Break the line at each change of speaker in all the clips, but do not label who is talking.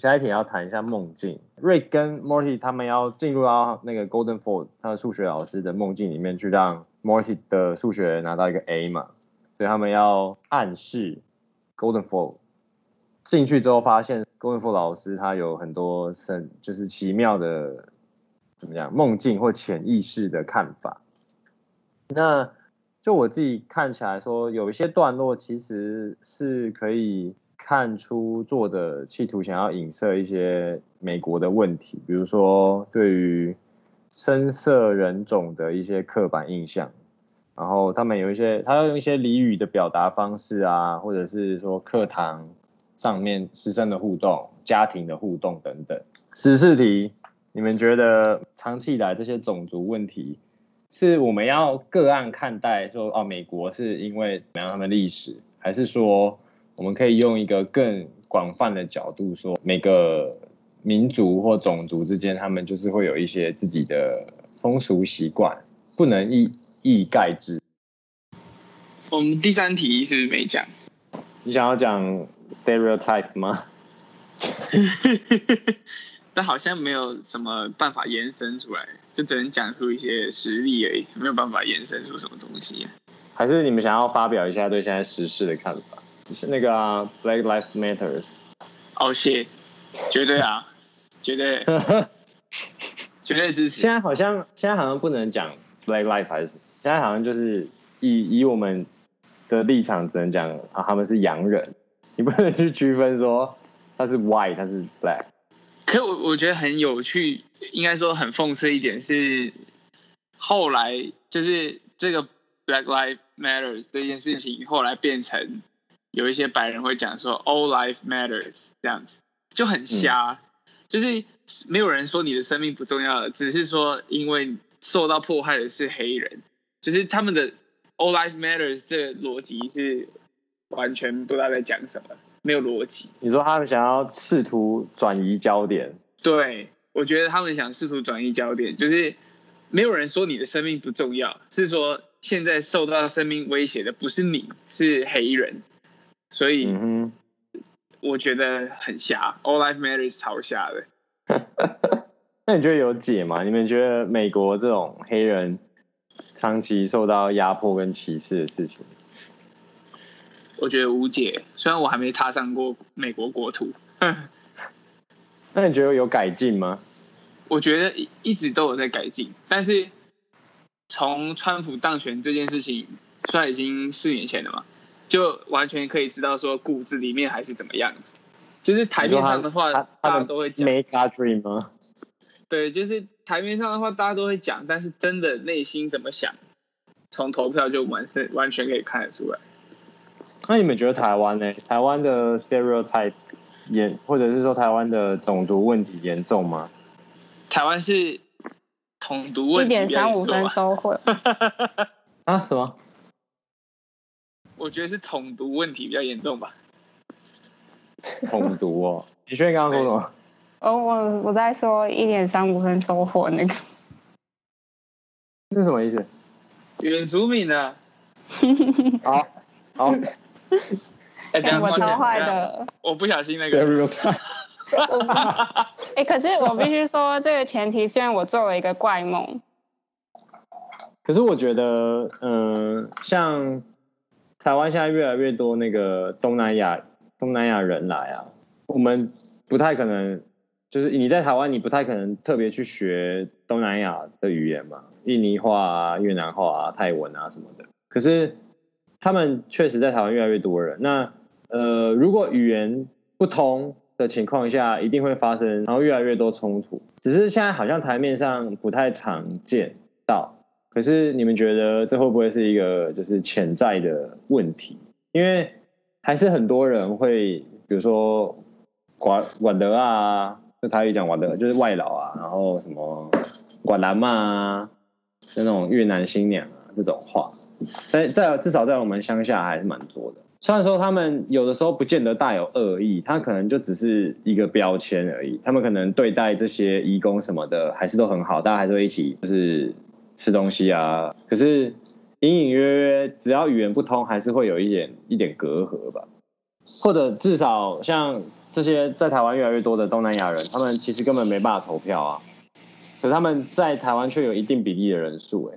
下一题要谈一下梦境。Rick 跟 Morty 他们要进入到那个 Golden Ford 他的数学老师的梦境里面去，让 Morty 的数学拿到一个 A 嘛，所以他们要暗示 Golden Ford 进去之后，发现 Golden Ford 老师他有很多就是奇妙的怎么样梦境或潜意识的看法。那就我自己看起来说，有一些段落其实是可以看出作者企图想要影射一些美国的问题，比如说对于深色人种的一些刻板印象，然后他要用一些俚语的表达方式啊，或者是说课堂上面师生的互动、家庭的互动等等。时事题，你们觉得长期以来这些种族问题是我们要个案看待说美国是因为怎么样他们历史，还是说我们可以用一个更广泛的角度说每个民族或种族之间他们就是会有一些自己的风俗习惯，不能一概之。
我们第3题是不是没讲？
你想要讲 stereotype 吗？
但好像没有什么办法延伸出来，就只能讲出一些实例而已，没有办法延伸出什么东西。
还是你们想要发表一下对现在时事的看法？就是那个Black Lives Matters。
谢，绝对啊，绝对，绝对支持。
现在好像不能讲 Black Lives， 还是现在好像就是以我们的立场只能讲他们是洋人，你不能去区分说他是 white， 他是 black。
可我觉得很有趣，应该说很讽刺一点是，后来就是这个 Black Lives Matters 这件事情，后来变成有一些白人会讲说 All Life Matters 这样子，就很瞎，就是没有人说你的生命不重要，只是说因为受到迫害的是黑人，就是他们的 All Life Matters 这个逻辑是完全不知道在讲什么。没有逻辑。
你说他们想要试图转移焦点？
对，我觉得他们想试图转移焦点，就是没有人说你的生命不重要，是说现在受到生命威胁的不是你，是黑人，所以我觉得很瞎 ，All Life Matters 超瞎的。
那你觉得有解吗？你们觉得美国这种黑人长期受到压迫跟歧视的事情？
我觉得无解，虽然我还没踏上过美国国土。
那你觉得有改进吗？
我觉得一直都有在改进，但是从川普当选这件事情，虽然已经4年前了嘛，就完全可以知道说骨子里面还是怎么样。就是台面上的话，大家都会讲。
Make a dream 吗？
对，就是台面上的话，大家都会讲，但是真的内心怎么想，从投票就完全可以看得出来。
那你们觉得台湾呢？台湾的 stereotype 或者是说台湾的种族问题严重吗？
台湾是统独问题
1.35分收回。
啊？什么？
我觉得是统独问题比较严重吧。
统独哦？你确定刚刚说什么？
我在说1.35分收获那个。
这是什么意思？
原住民的。
好。
我超坏的，
我不小心那个。
可是我必须说，这个前提是因为我做了一个怪梦。
可是我觉得，像台湾现在越来越多那个东南亚人来啊，我们不太可能，就是你在台湾，你不太可能特别去学东南亚的语言嘛，印尼话啊、越南话啊、泰文啊什么的。可是他们确实在台湾越来越多人，那如果语言不通的情况下，一定会发生，然后越来越多冲突。只是现在好像台面上不太常见到，可是你们觉得这会不会是一个就是潜在的问题？因为还是很多人会，比如说管德啊，就台语讲管德就是外劳啊，然后什么管南嘛啊，就那种越南新娘啊这种话。至少在我们乡下还是蛮多的。虽然说他们有的时候不见得大有恶意，他可能就只是一个标签而已。他们可能对待这些移工什么的还是都很好，大家还是会一起就是吃东西啊。可是隐隐约约，只要语言不通，还是会有一点隔阂吧。或者至少像这些在台湾越来越多的东南亚人，他们其实根本没办法投票啊，可是他们在台湾却有一定比例的人数，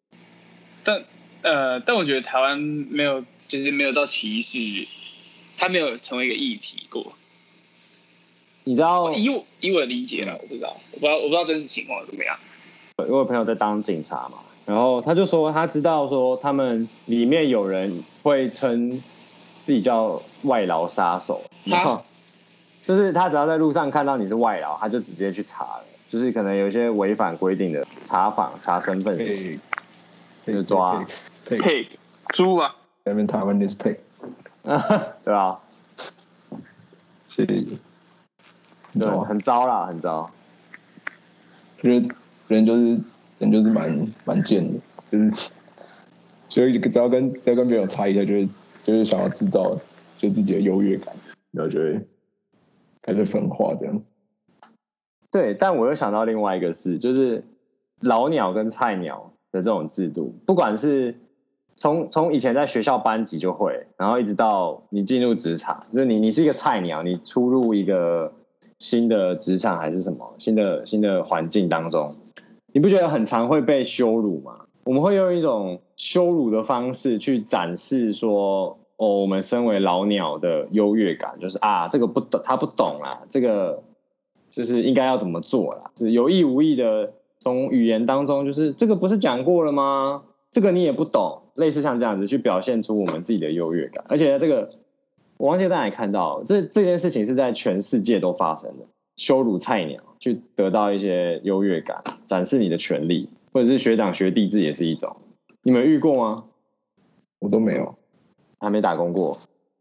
但我觉得台湾没有到歧视，它没有成为一个议题过。
你知道，
以我的理解啦，我不知道真实情况怎么样。
我有朋友在当警察嘛，然后他就说他知道说他们里面有人会称自己叫外劳杀手，然后就是他只要在路上看到你是外劳，他就直接去查了，就是可能有一些违反规定的查访、查身份什么，就抓。
pig 猪啊，
那边台湾就是 pig，
对啊，
所以
对，很糟啦，很糟。
觉得人就是蛮贱的，所以只要跟别人有差异，他就是想要制造就自己的优越感，然后就会开始分化这样。
对，但我又想到另外一个事，就是老鸟跟菜鸟的这种制度，不管是从以前在学校班级就会，然后一直到你进入职场，就是你是一个菜鸟，你初入一个新的职场还是什么新的环境当中，你不觉得很常会被羞辱吗？我们会用一种羞辱的方式去展示说，我们身为老鸟的优越感，就是这个不懂，他不懂啦，这个就是应该要怎么做啦，是有意无意的从语言当中，就是这个不是讲过了吗？这个你也不懂，类似像这样子去表现出我们自己的优越感，而且这个我忘记在哪里看到，这件事情是在全世界都发生的，羞辱菜鸟去得到一些优越感，展示你的权利，或者是学长学弟制也是一种，你们遇过吗？
我都没有，
还没打工过，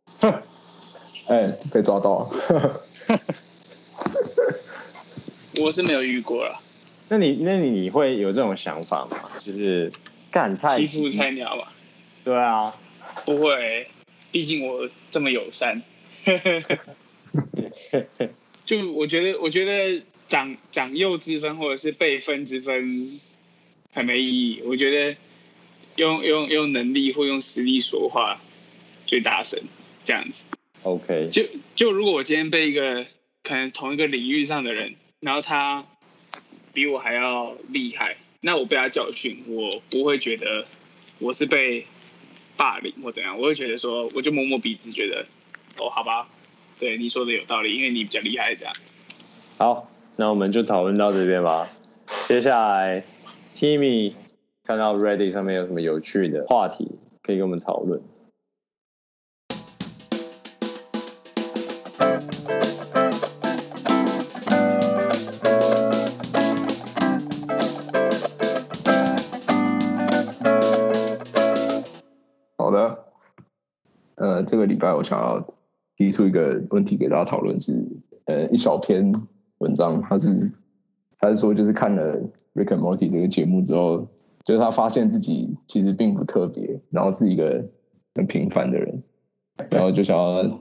被抓到了。
我是没有遇过啦。
那你会有这种想法吗？就是干菜
欺负菜鸟吧？
对啊，
不会，毕竟我这么友善。就我觉得长幼之分或者是辈分之分很没意义。我觉得用能力或用实力说话最大声，这样子。
OK，
就如果我今天被一个可能同一个领域上的人，然后他比我还要厉害，那我被他教训，我不会觉得我是被霸凌或怎样，我会觉得说，我就摸摸鼻子，觉得好吧，对你说的有道理，因为你比较厉害这样。
好，那我们就讨论到这边吧。接下来 Timmy 看到 Reddit 上面有什么有趣的话题可以跟我们讨论。
好的，这个礼拜我想要提出一个问题给大家讨论，是一小篇文章，他是说就是看了 Rick and Morty 这个节目之后，就是他发现自己其实并不特别，然后是一个很平凡的人，然后就想要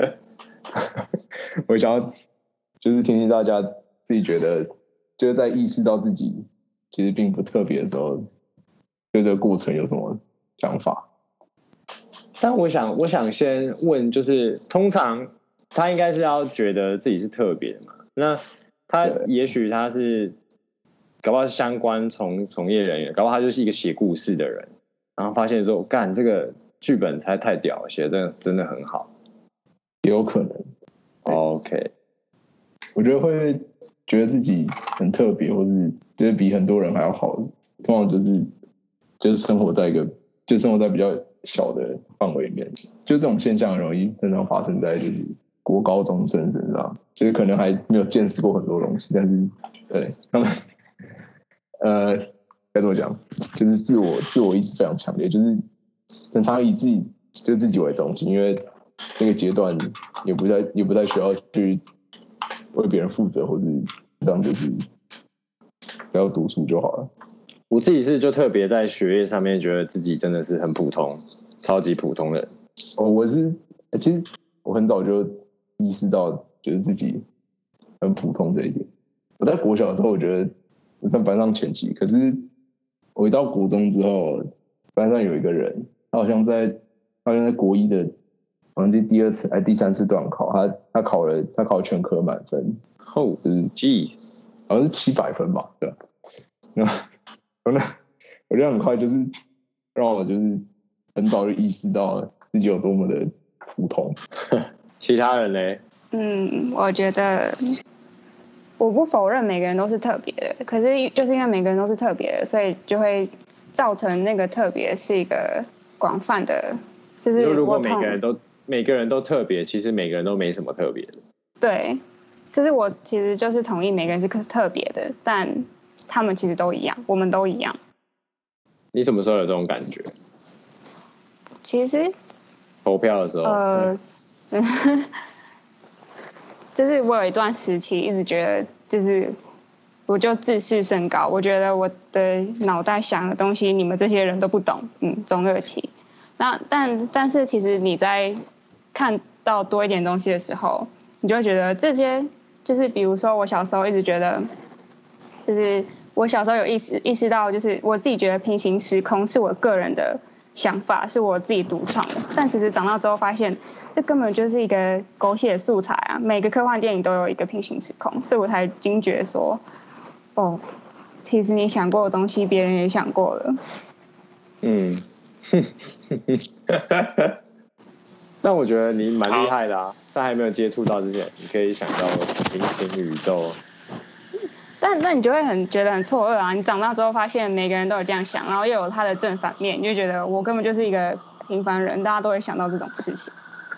我想要就是听听大家自己觉得，就是在意识到自己其实并不特别的时候，对这个过程有什么想法？
但我想先问，就是通常他应该是要觉得自己是特别的嘛？那他也许他是，搞不好是相关从业人员，搞不好他就是一个写故事的人，然后发现说，干这个剧本才太屌，写的真的很好，
也有可能。
OK，
我觉得会觉得自己很特别，或是觉得比很多人还要好，通常就是生活在比较小的范围里面，就这种现象很容易经常发生在就是国高中生身上，就是可能还没有见识过很多东西，但是对他们该怎么讲，就是自我意识非常强烈，就是很常以自己为中心，因为那个阶段也不太需要去为别人负责，或是这样就是只要读书就好了。
我自己是就特别在学业上面觉得自己真的是很普通，超级普通的人。
其实我很早就意识到，就是自己很普通这一点。我在国小的时候，我觉得我在班上前期，可是我一到国中之后，班上有一个人，他好像在国一的忘记第2次还第3次段考，他考全科满分，就是
G，
好像是700分吧，对吧？我觉得很快就是让我就是很早就意识到自己有多么的普通。
其他人呢？
我觉得我不否认每个人都是特别的，可是就是因为每个人都是特别的，所以就会造成那个特别是一个广泛的，就是
如果每个人都特别，其实每个人都没什么特别的。
对，就是我其实就是同意每个人是特别的，但他们其实都一样，我们都一样。
你什么时候有这种感觉？
其实
投票的时候，
就是我有一段时期一直觉得，就是我就自视甚高，我觉得我的脑袋想的东西，你们这些人都不懂，中2期。但是其实你在看到多一点东西的时候，你就会觉得这些就是比如说我小时候一直觉得，就是我小时候有意识到，就是我自己觉得平行时空是我个人的想法，是我自己独创的。但其实长大之后发现，这根本就是一个狗血素材啊！每个科幻电影都有一个平行时空，所以我才惊觉说，哦，其实你想过的东西，别人也想过了。
那我觉得你蛮厉害的啊，在还没有接触到之前，你可以想到平行宇宙。
但你就会觉得很错愕啊！你长大之后发现每个人都有这样想，然后又有他的正反面，你就觉得我根本就是一个平凡人，大家都会想到这种事情。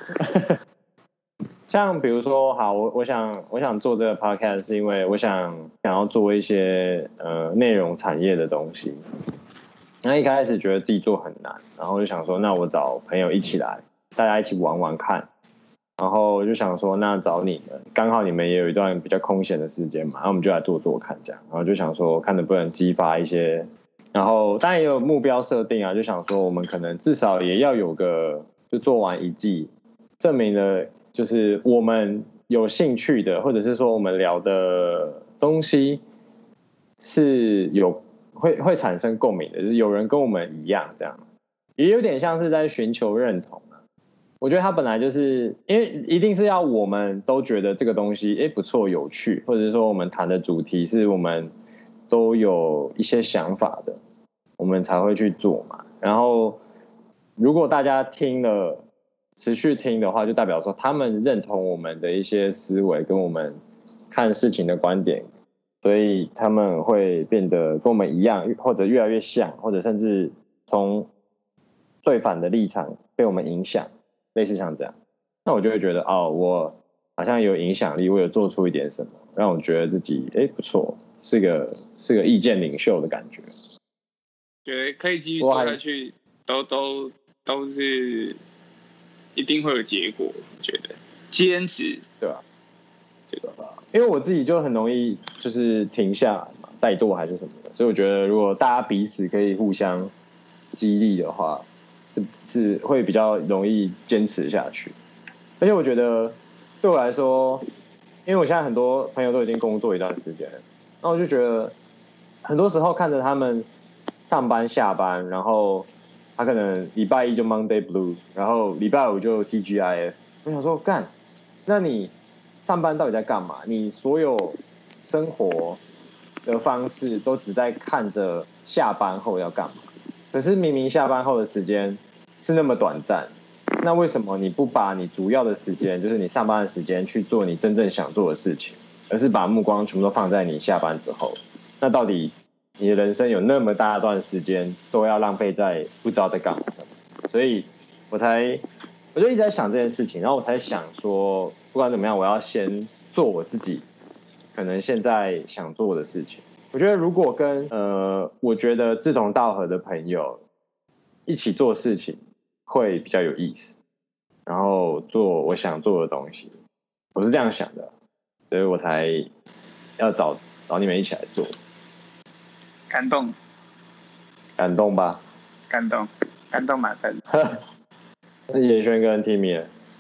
像比如说，好，我想做这个 podcast 是因为我想要做一些内容产业的东西。那一开始觉得自己做很难，然后就想说，那我找朋友一起来，大家一起玩玩看。然后我就想说，那找你们，刚好你们也有一段比较空闲的时间嘛，那我们就来做看这样。然后就想说，看能不能激发一些，然后当然也有目标设定啊，就想说我们可能至少也要有个，就做完1季，证明了就是我们有兴趣的，或者是说我们聊的东西是会产生共鸣的，就是有人跟我们一样这样，也有点像是在寻求认同。我觉得它本来就是因为一定是要我们都觉得这个东西不错有趣，或者是说我们谈的主题是我们都有一些想法的，我们才会去做嘛。然后如果大家听了持续听的话，就代表说他们认同我们的一些思维跟我们看事情的观点，所以他们会变得跟我们一样，或者越来越像，或者甚至从对反的立场被我们影响，类似像这样，那我就会觉得我好像有影响力，我有做出一点什么，让我觉得自己不错，是个意见领袖的感觉。
觉得可以继续做下去，都是一定会有结果。我觉得坚持，
对吧？因为我自己就很容易就是停下来嘛，怠惰还是什么的，所以我觉得如果大家彼此可以互相激励的话，是会比较容易坚持下去。而且我觉得对我来说，因为我现在很多朋友都已经工作一段时间了，那我就觉得很多时候看着他们上班下班，然后他可能礼拜1就 Monday Blue， 然后礼拜5就 TGIF， 我想说干，那你上班到底在干嘛？你所有生活的方式都只在看着下班后要干嘛？可是明明下班后的时间是那么短暂，那为什么你不把你主要的时间，就是你上班的时间去做你真正想做的事情，而是把目光全部都放在你下班之后？那到底你的人生有那么大段时间都要浪费在不知道在干嘛上面？所以我就一直在想这件事情，然后我才想说，不管怎么样，我要先做我自己可能现在想做的事情。我觉得如果跟我觉得志同道合的朋友一起做事情会比较有意思，然后做我想做的东西，我是这样想的，所以我才要找你们一起来做。
感
动吧？
感动满分。
那野轩跟 Timmy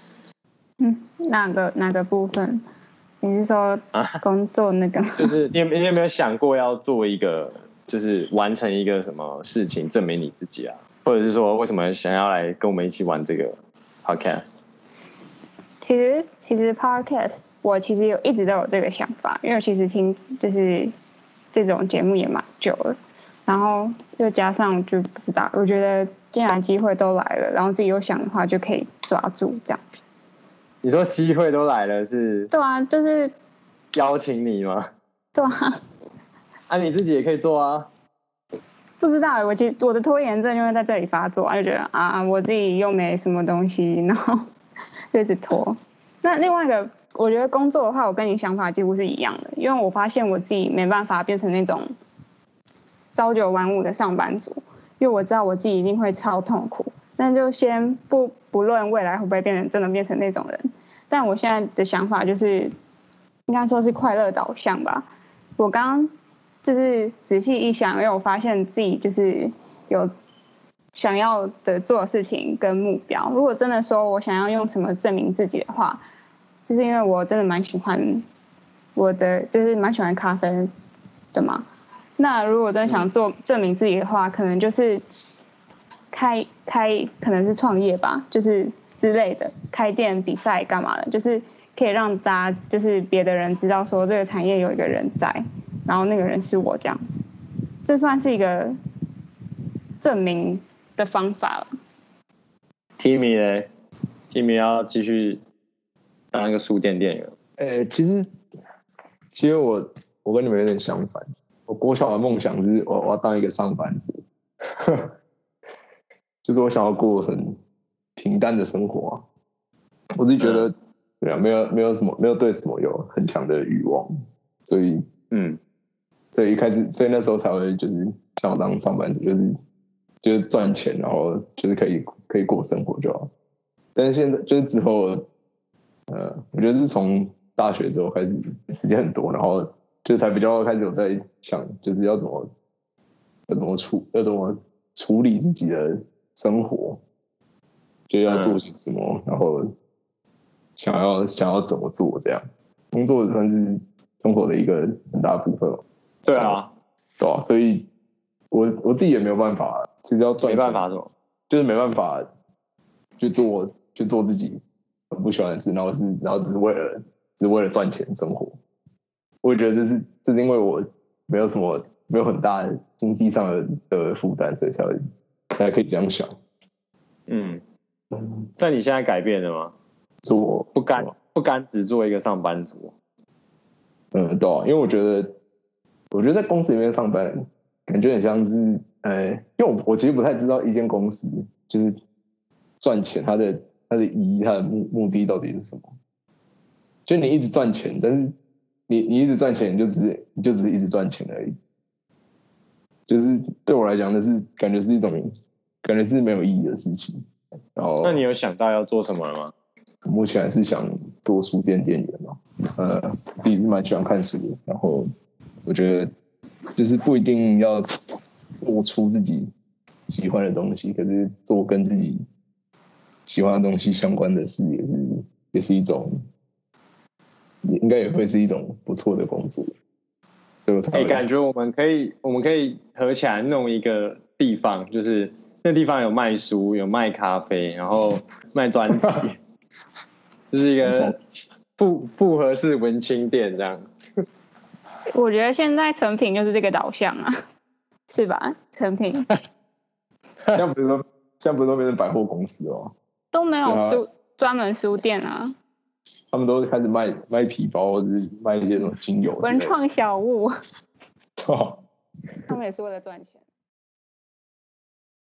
哪个部分？你是说工作那个？
就是你有没有想过要做一个，就是完成一个什么事情证明你自己啊？或者是说为什么想要来跟我们一起玩这个 podcast？
其实 podcast 我其实一直都有这个想法，因为我其实听就是这种节目也蛮久了，然后又加上就不知道，我觉得既然机会都来了，然后自己又想的话，就可以抓住这样子。
你说机会都来了是？
对啊，就是
邀请你吗？
对啊。
啊，你自己也可以做啊。
不知道，我的拖延症就会在这里发作，就觉得啊，我自己又没什么东西，然后就一直拖。那另外一个，我觉得工作的话，我跟你想法几乎是一样的，因为我发现我自己没办法变成那种朝九晚五的上班族，因为我知道我自己一定会超痛苦。但就先不论未来会不会真的变成那种人，但我现在的想法就是，应该说是快乐导向吧。我刚刚就是仔细一想，因为我发现自己就是有想要的做的事情跟目标。如果真的说我想要用什么证明自己的话，就是因为我真的蛮喜欢就是蛮喜欢咖啡的嘛。那如果真的想证明自己的话，可能就是开可能是创业吧，就是之类的，开店比赛干嘛的，就是可以让大家就是别的人知道说这个产业有一个人在，然后那个人是我这样子，这算是一个证明的方法了。
Timmy 呢 ？Timmy 要继续当一个书店店员。
其实我跟你们有点相反，我国小的梦想是我要当一个上班族，就是我想要过很平淡的生活啊。我自己觉得，对啊，没有对什么有很强的欲望，所以所以那时候才会就是想要当上班族，就是赚钱，然后就是可以过生活就好。但是现在就是之后，我觉得是从大学之后开始时间很多，然后就才比较开始有在想，就是要怎么处理自己的生活，就要做些什么，然后想要怎么做，这样工作算是生活的一个很大部分。
对啊，
对啊，所以我自己也没有办法，其实要赚钱，
没办法什么，
就是没办法去做自己很不喜欢的事，然后只是为了赚钱生活。我也觉得这是因为我没有很大的经济上的负担，所以才可以这样想。
但你现在改变了吗？
做
不甘只做一个上班族。
对啊，因为我觉得在公司里面上班，感觉很像是因为我其实不太知道一间公司就是赚钱它的意义，它的目的到底是什么。就你一直赚钱，但是你一直赚钱，你就只是一直赚钱而已。就是对我来讲，感觉是没有意义的事情。然后，
那你有想到要做什么了吗？
目前还是想做书店店员嘛。自己是蛮喜欢看书的，然后我觉得就是不一定要做出自己喜欢的东西，可是做跟自己喜欢的东西相关的事，也是一种，应该也会是一种不错的工作。
感觉我们可以合起来弄一个地方，就是那地方有卖书，有卖咖啡，然后卖专辑，就是一个复合式文青店这样。
我觉得现在成品就是这个导向啊，是吧？成品
现在不是都变成百货公司哦，
都没有专门书店啊。
他们都开始卖皮包，或者是卖一些什么精油、
文创小物。
他
们也是为了赚钱。